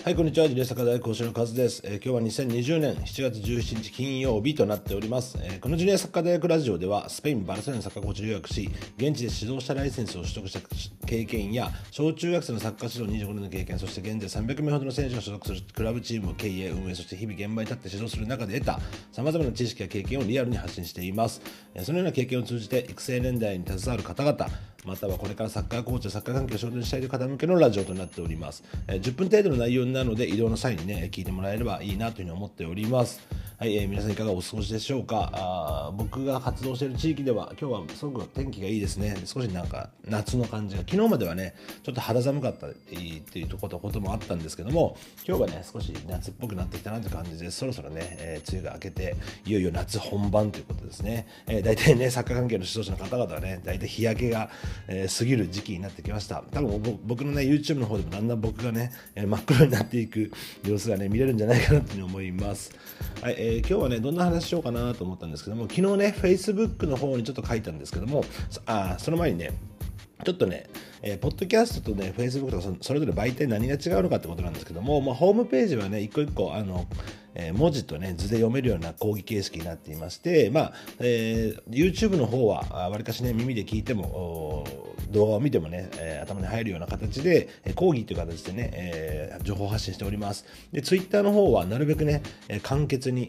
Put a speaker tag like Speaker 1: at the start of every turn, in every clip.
Speaker 1: はい、こんにちは。自転車課題講師のカズです。今日は2020年7月17日金曜日となっております。このジュニアサッカー大学ラジオでは、スペイン・バルセロナのサッカーコーチ留学し、現地で指導者ライセンスを取得した経験や、小中学生のサッカー指導25年の経験、そして現在300名ほどの選手が所属するクラブチームを経営、運営、そして日々現場に立って指導する中で得た様々な知識や経験をリアルに発信しています。そのような経験を通じて、育成年代に携わる方々、またはこれからサッカーコーチやサッカー関係を仕事にしたいという方向けのラジオとなっております。10分程度の内容なので移動の際にね聞いてもらえればいいなというふうに思っております。はい、皆さんいかがお過ごしでしょうか。僕が活動している地域では今日はすごく天気がいいですね。少しなんか夏の感じが、昨日まではねちょっと肌寒かったっていうこともあったんですけども、今日はね少し夏っぽくなってきたなという感じで、そろそろね、梅雨が明けていよいよ夏本番ということですね。大体ねサッカー関係の指導者の方々はね大体日焼けが、過ぎる時期になってきました。多分僕のね YouTube の方でもだんだん僕がね、真っ黒になっていく様子がね見れるんじゃないかなというふうに思います。はい、今日はねどんな話しようかなと思ったんですけども、昨日ね Facebook の方にちょっと書いたんですけども、その前にねちょっとね、ポッドキャストとね、Facebook とかそれぞれ媒体何が違うのかってことなんですけども、ホームページはね、一個一個文字とね、図で読めるような講義形式になっていまして、YouTube の方はわりかしね、耳で聞いても、動画を見てもね、頭に入るような形で、講義という形でね、情報発信しております。で、Twitter の方はなるべくね、簡潔に、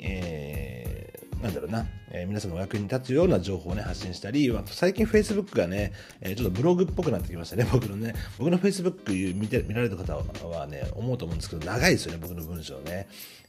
Speaker 1: 皆さんのお役に立つような情報をね発信したり、最近 Facebook がね、ちょっとブログっぽくなってきましたね。僕の Facebook 見られた方はね思うと思うんですけど、長いですよね、僕の文章ね。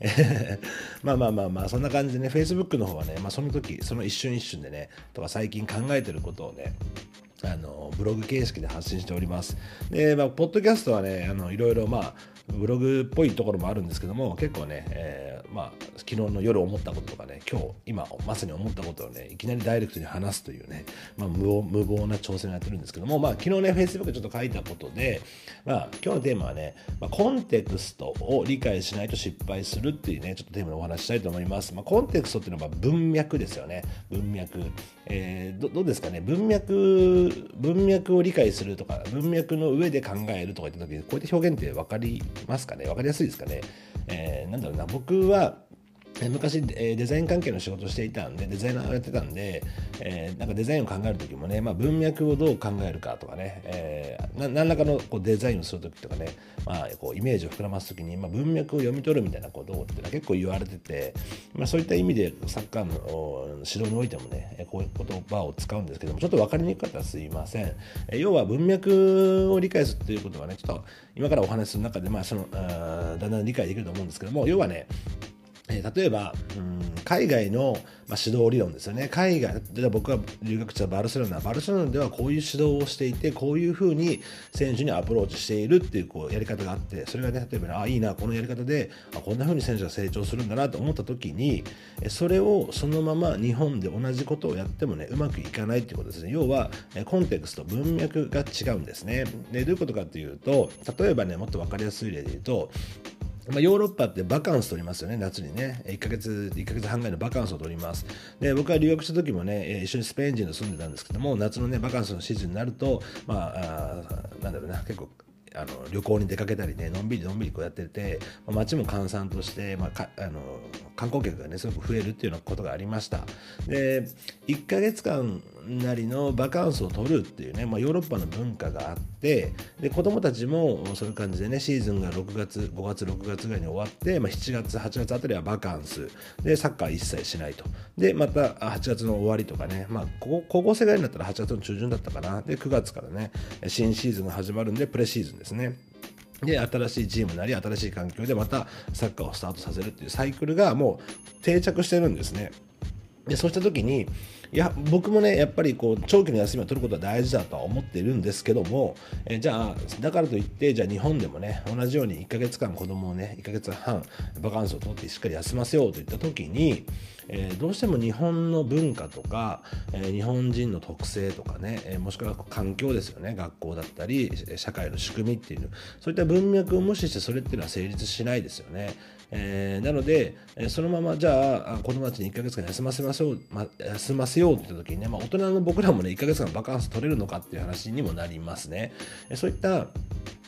Speaker 1: そんな感じでね Facebook の方はね、その時その一瞬一瞬でねとか最近考えてることをねブログ形式で発信しております。で、ポッドキャストはねいろいろブログっぽいところもあるんですけども、結構ね、昨日の夜思ったこととかね、今まさに思ったことをねいきなりダイレクトに話すというね、無謀な挑戦をやってるんですけども、昨日ね Facebook でちょっと書いたことで、今日のテーマはね、コンテクストを理解しないと失敗するっていうねちょっとテーマでお話ししたいと思います。コンテクストっていうのは文脈ですよね。文脈、どうですかね。文脈を理解するとか、文脈の上で考えるとか言った時に、こういった表現って分かりますかね。分かりやすいですかね。僕は昔デザイン関係の仕事をしていたんで、デザイナーをやってたんで、デザインを考えるときもね、文脈をどう考えるかとかね、何らかのデザインをするときとかね、イメージを膨らますときに、文脈を読み取るみたいなことっていうのは結構言われてて、そういった意味でサッカーの指導においてもね、こういう言葉を使うんですけども、ちょっと分かりにくかったらすいません。要は文脈を理解するということはね、ちょっと今からお話しする中で、だんだん理解できると思うんですけども、要はね、例えば、海外の、指導理論ですよね。海外で僕が留学したバルセロナではこういう指導をしていて、こういうふうに選手にアプローチしているっていうやり方があって、それがね例えばいいな、このやり方でこんなふうに選手が成長するんだなと思った時に、それをそのまま日本で同じことをやってもねうまくいかないっていうことですね。要はコンテクスト、文脈が違うんですね。でどういうことかというと、例えばねもっと分かりやすい例で言うと、ヨーロッパってバカンス取りますよね。夏にね1ヶ月半ぐらいのバカンスを取ります。で僕が留学した時もね一緒にスペイン人と住んでたんですけども、夏のねバカンスのシーズンになると結構旅行に出かけたりねのんびりこうやってて、街も閑散として、観光客がねすごく増えるっていうようなことがありました。で1ヶ月間なりのバカンスを取るっていうね、ヨーロッパの文化があって、で子供たちもそういう感じでね、シーズンが5月6月ぐらいに終わって、7月8月あたりはバカンスでサッカー一切しないと。でまた8月の終わりとかね、高校生ぐらいになったら8月の中旬だったかな。で9月からね新シーズンが始まるんで、プレシーズンですね。で新しいチームなり新しい環境でまたサッカーをスタートさせるっていうサイクルがもう定着してるんですね。でそうした時に僕もねやっぱり長期の休みを取ることは大事だとは思っているんですけども、じゃあだからといって日本でもね同じように1ヶ月間子供をね1ヶ月半バカンスを取ってしっかり休ませようといった時に、どうしても日本の文化とか、日本人の特性とかね、もしくは環境ですよね。学校だったり社会の仕組みっていうそういった文脈を無視してそれっていうのは成立しないですよね。なのでそのままじゃあ子供たちに1ヶ月間休ませようといった時にね、大人の僕らもね1ヶ月間バカンス取れるのかっていう話にもなりますね。そういった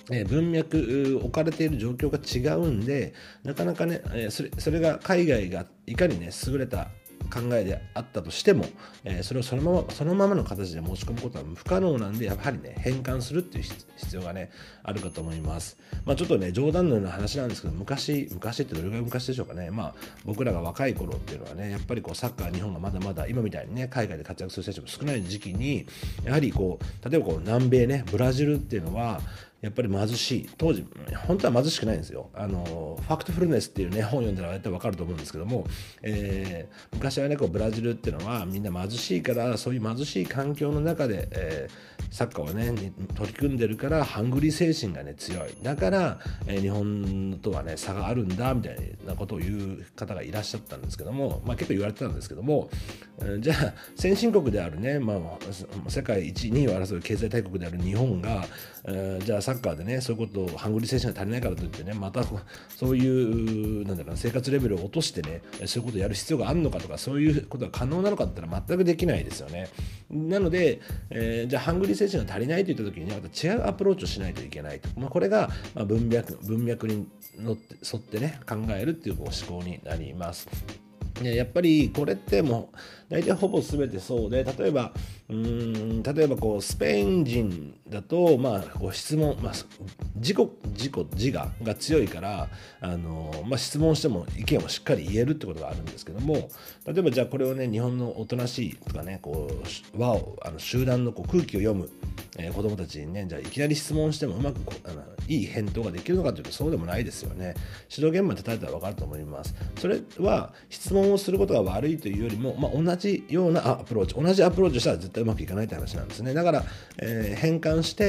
Speaker 1: 文脈置かれている状況が違うんで、なかなかね、それが海外がいかにね優れた考えであったとしても、それをそのままの形で持ち込むことは不可能なんで、やはりね変換するっていう必要がねあるかと思います。ちょっとね冗談のような話なんですけど、昔ってどれぐらい昔でしょうかね。僕らが若い頃っていうのはね、やっぱりサッカー日本がまだまだ今みたいにね海外で活躍する選手も少ない時期に、やはり例えば南米ねブラジルっていうのはやっぱり貧しい、当時本当は貧しくないんですよ。ファクトフルネスっていうね本を読んだら大体分かると思うんですけども、昔はねブラジルっていうのはみんな貧しいから、そういう貧しい環境の中で、サッカーをね取り組んでるから、ハングリー精神がね強い、だから、日本とはね差があるんだみたいなことを言う方がいらっしゃったんですけども、結構言われてたんですけども、じゃあ先進国であるね、世界1位2位を争う経済大国である日本が、じゃあサッカーでねそういうことをハングリー精神が足りないからといってね、またそういう生活レベルを落としてねそういうことをやる必要があるのかとか、そういうことが可能なのかって言ったら全くできないですよね。なので、じゃあハングリー精神が足りないといった時にまた違うアプローチをしないといけないと、これが文脈に沿ってね考えるっていう思考になります。やっぱりこれってもう大体ほぼ全てそうで、例えばスペイン人だと質問、自我が強いから、質問しても意見をしっかり言えるってことがあるんですけども、例えばじゃあこれをね日本のおとなしいとかね集団の空気を読む、子どもたちにねじゃあいきなり質問してもうまくいい返答ができるのかというとそうでもないですよね。指導現場に叩いたら分かると思います。それは質問をすることが悪いというよりも、同じような同じアプローチをしたら絶対うまくいかないって話なんですね。だから、変換して、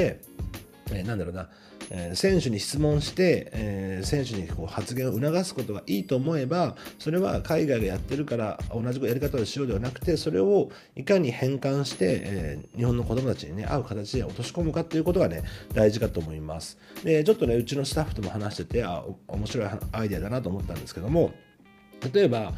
Speaker 1: 選手に質問して、選手に発言を促すことがいいと思えば、それは海外がやってるから同じやり方をしようではなくて、それをいかに変換して、日本の子どもたちにね合う形で落とし込むかということがね大事かと思います。でちょっとねうちのスタッフとも話してて面白いアイデアだなと思ったんですけども、例えば、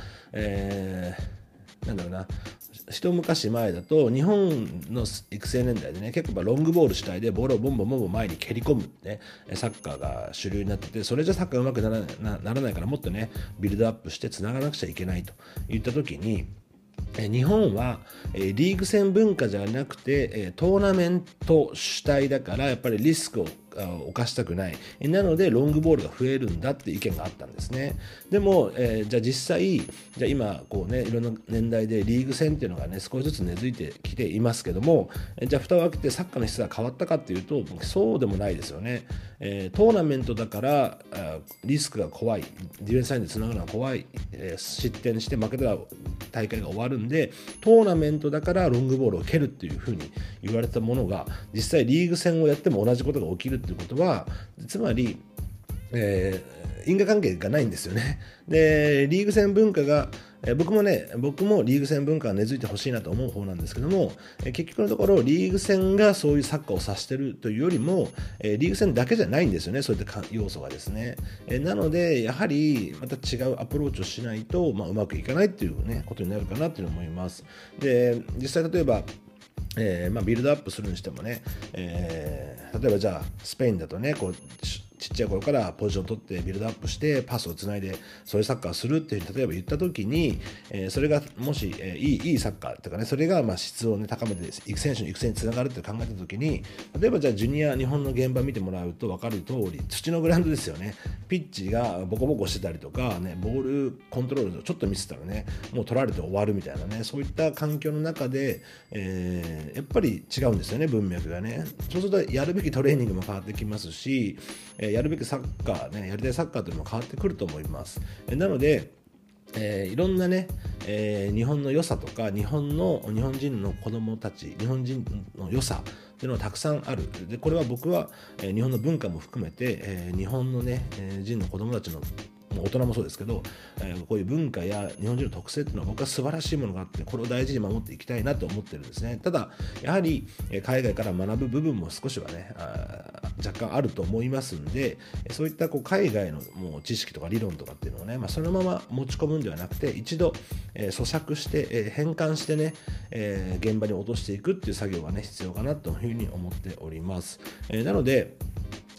Speaker 1: 一昔前だと日本の育成年代でね結構ロングボール主体でボールをボンボン前に蹴り込む、ね、サッカーが主流になってて、それじゃサッカーうまくならないから、もっとねビルドアップしてつながなくちゃいけないといった時に、日本はリーグ戦文化じゃなくてトーナメント主体だから、やっぱりリスクを犯したくない、なのでロングボールが増えるんだっていう意見があったんですね。でも、じゃあ実際じゃあ今いろんな年代でリーグ戦っていうのがね少しずつ根付いてきていますけども、じゃあ蓋を開けてサッカーの質が変わったかっていうとそうでもないですよね。トーナメントだからリスクが怖い、ディフェンスラインでつなぐのは怖い、失点して負けたら大会が終わるんで、トーナメントだからロングボールを蹴るっていうふうに言われたものが、実際リーグ戦をやっても同じことが起きるっていうことは、つまり、因果関係がないんですよね。でリーグ戦文化が僕もリーグ戦文化が根付いてほしいなと思う方なんですけども、結局のところリーグ戦がそういうサッカーを指してるというよりも、リーグ戦だけじゃないんですよね、そういった要素がですね。なのでやはりまた違うアプローチをしないと、うまくいかないっていうねことになるかなという思います。で実際例えばビルドアップするにしてもね、例えばじゃあスペインだとねちっちゃい頃からポジションを取ってビルドアップしてパスをつないでそういうサッカーをするっていうふうに例えば言った時に、それがもし、いいサッカーとかね、それが質を、ね、高めて選手の育成につながるって考えた時に、例えばじゃあジュニア日本の現場見てもらうと分かる通り、土のグラウンドですよね。ピッチがボコボコしてたりとか、ね、ボールコントロールをちょっとミスったらねもう取られて終わるみたいなね、そういった環境の中で、やっぱり違うんですよね、文脈がね。そうするとやるべきトレーニングも変わってきますし、やるべきサッカーね、やりたいサッカーというのも変わってくると思います。なのでいろんなね、日本の良さとか日本人の子どもたち、日本人の良さっていうのはたくさんある。でこれは僕は、日本の文化も含めて、日本のね、人の子どもたちの大人もそうですけど、こういう文化や日本人の特性っていうのは僕は素晴らしいものがあって、これを大事に守っていきたいなと思ってるんですね。ただやはり海外から学ぶ部分も少しはね若干あると思いますんで、そういった海外のもう知識とか理論とかっていうのをね、そのまま持ち込むんではなくて、一度咀嚼して、変換してね、現場に落としていくっていう作業がね必要かなというふうに思っております。なので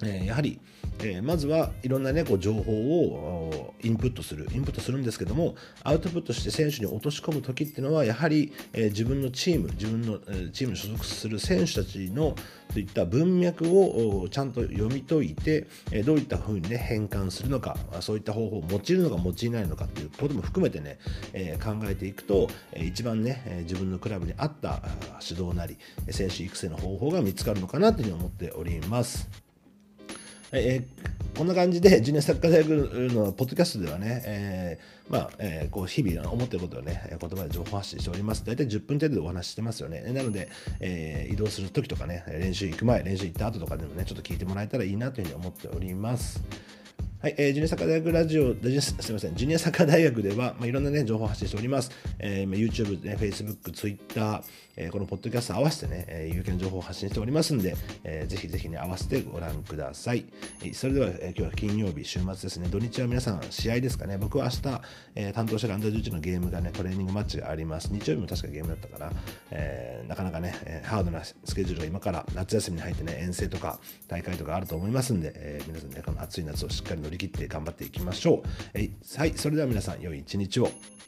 Speaker 1: やはり、まずはいろんな、ね、こう情報をインプットするんですけども、アウトプットして選手に落とし込む時っていうのはやはり、自分のチームに所属する選手たちのといった文脈をちゃんと読み解いて、どういったふうに、ね、変換するのか、そういった方法を用いるのか用いないのかということも含めてね、考えていくと、一番ね自分のクラブに合った指導なり選手育成の方法が見つかるのかなというふうに思っております。こんな感じでジュニアサッカー大学のポッドキャストではね、こう日々思っていることをね言葉で情報発信しております。大体10分程度でお話ししてますよね。なので、移動する時とかね、練習行く前、練習行った後とかでもねちょっと聞いてもらえたらいいなというふうに思っております。はい、ジュニアサッカー大学ラジオ、すみません、ジュニアサッカー大学では、いろんな、ね、情報を発信しております。YouTube、ね、Facebook、Twitter、このポッドキャスト合わせてね、有権情報を発信しておりますので、ぜひぜひね、合わせてご覧ください。それでは、今日は金曜日、週末ですね。土日は皆さん、試合ですかね。僕は明日、担当してるアンダー11のゲームがね、トレーニングマッチがあります。日曜日も確かゲームだったから、なかなかね、ハードなスケジュールが今から夏休みに入ってね、遠征とか大会とかあると思いますんで、皆さんね、この暑い夏をしっかり乗り切って頑張っていきましょう。はい、それでは皆さん、良い一日を。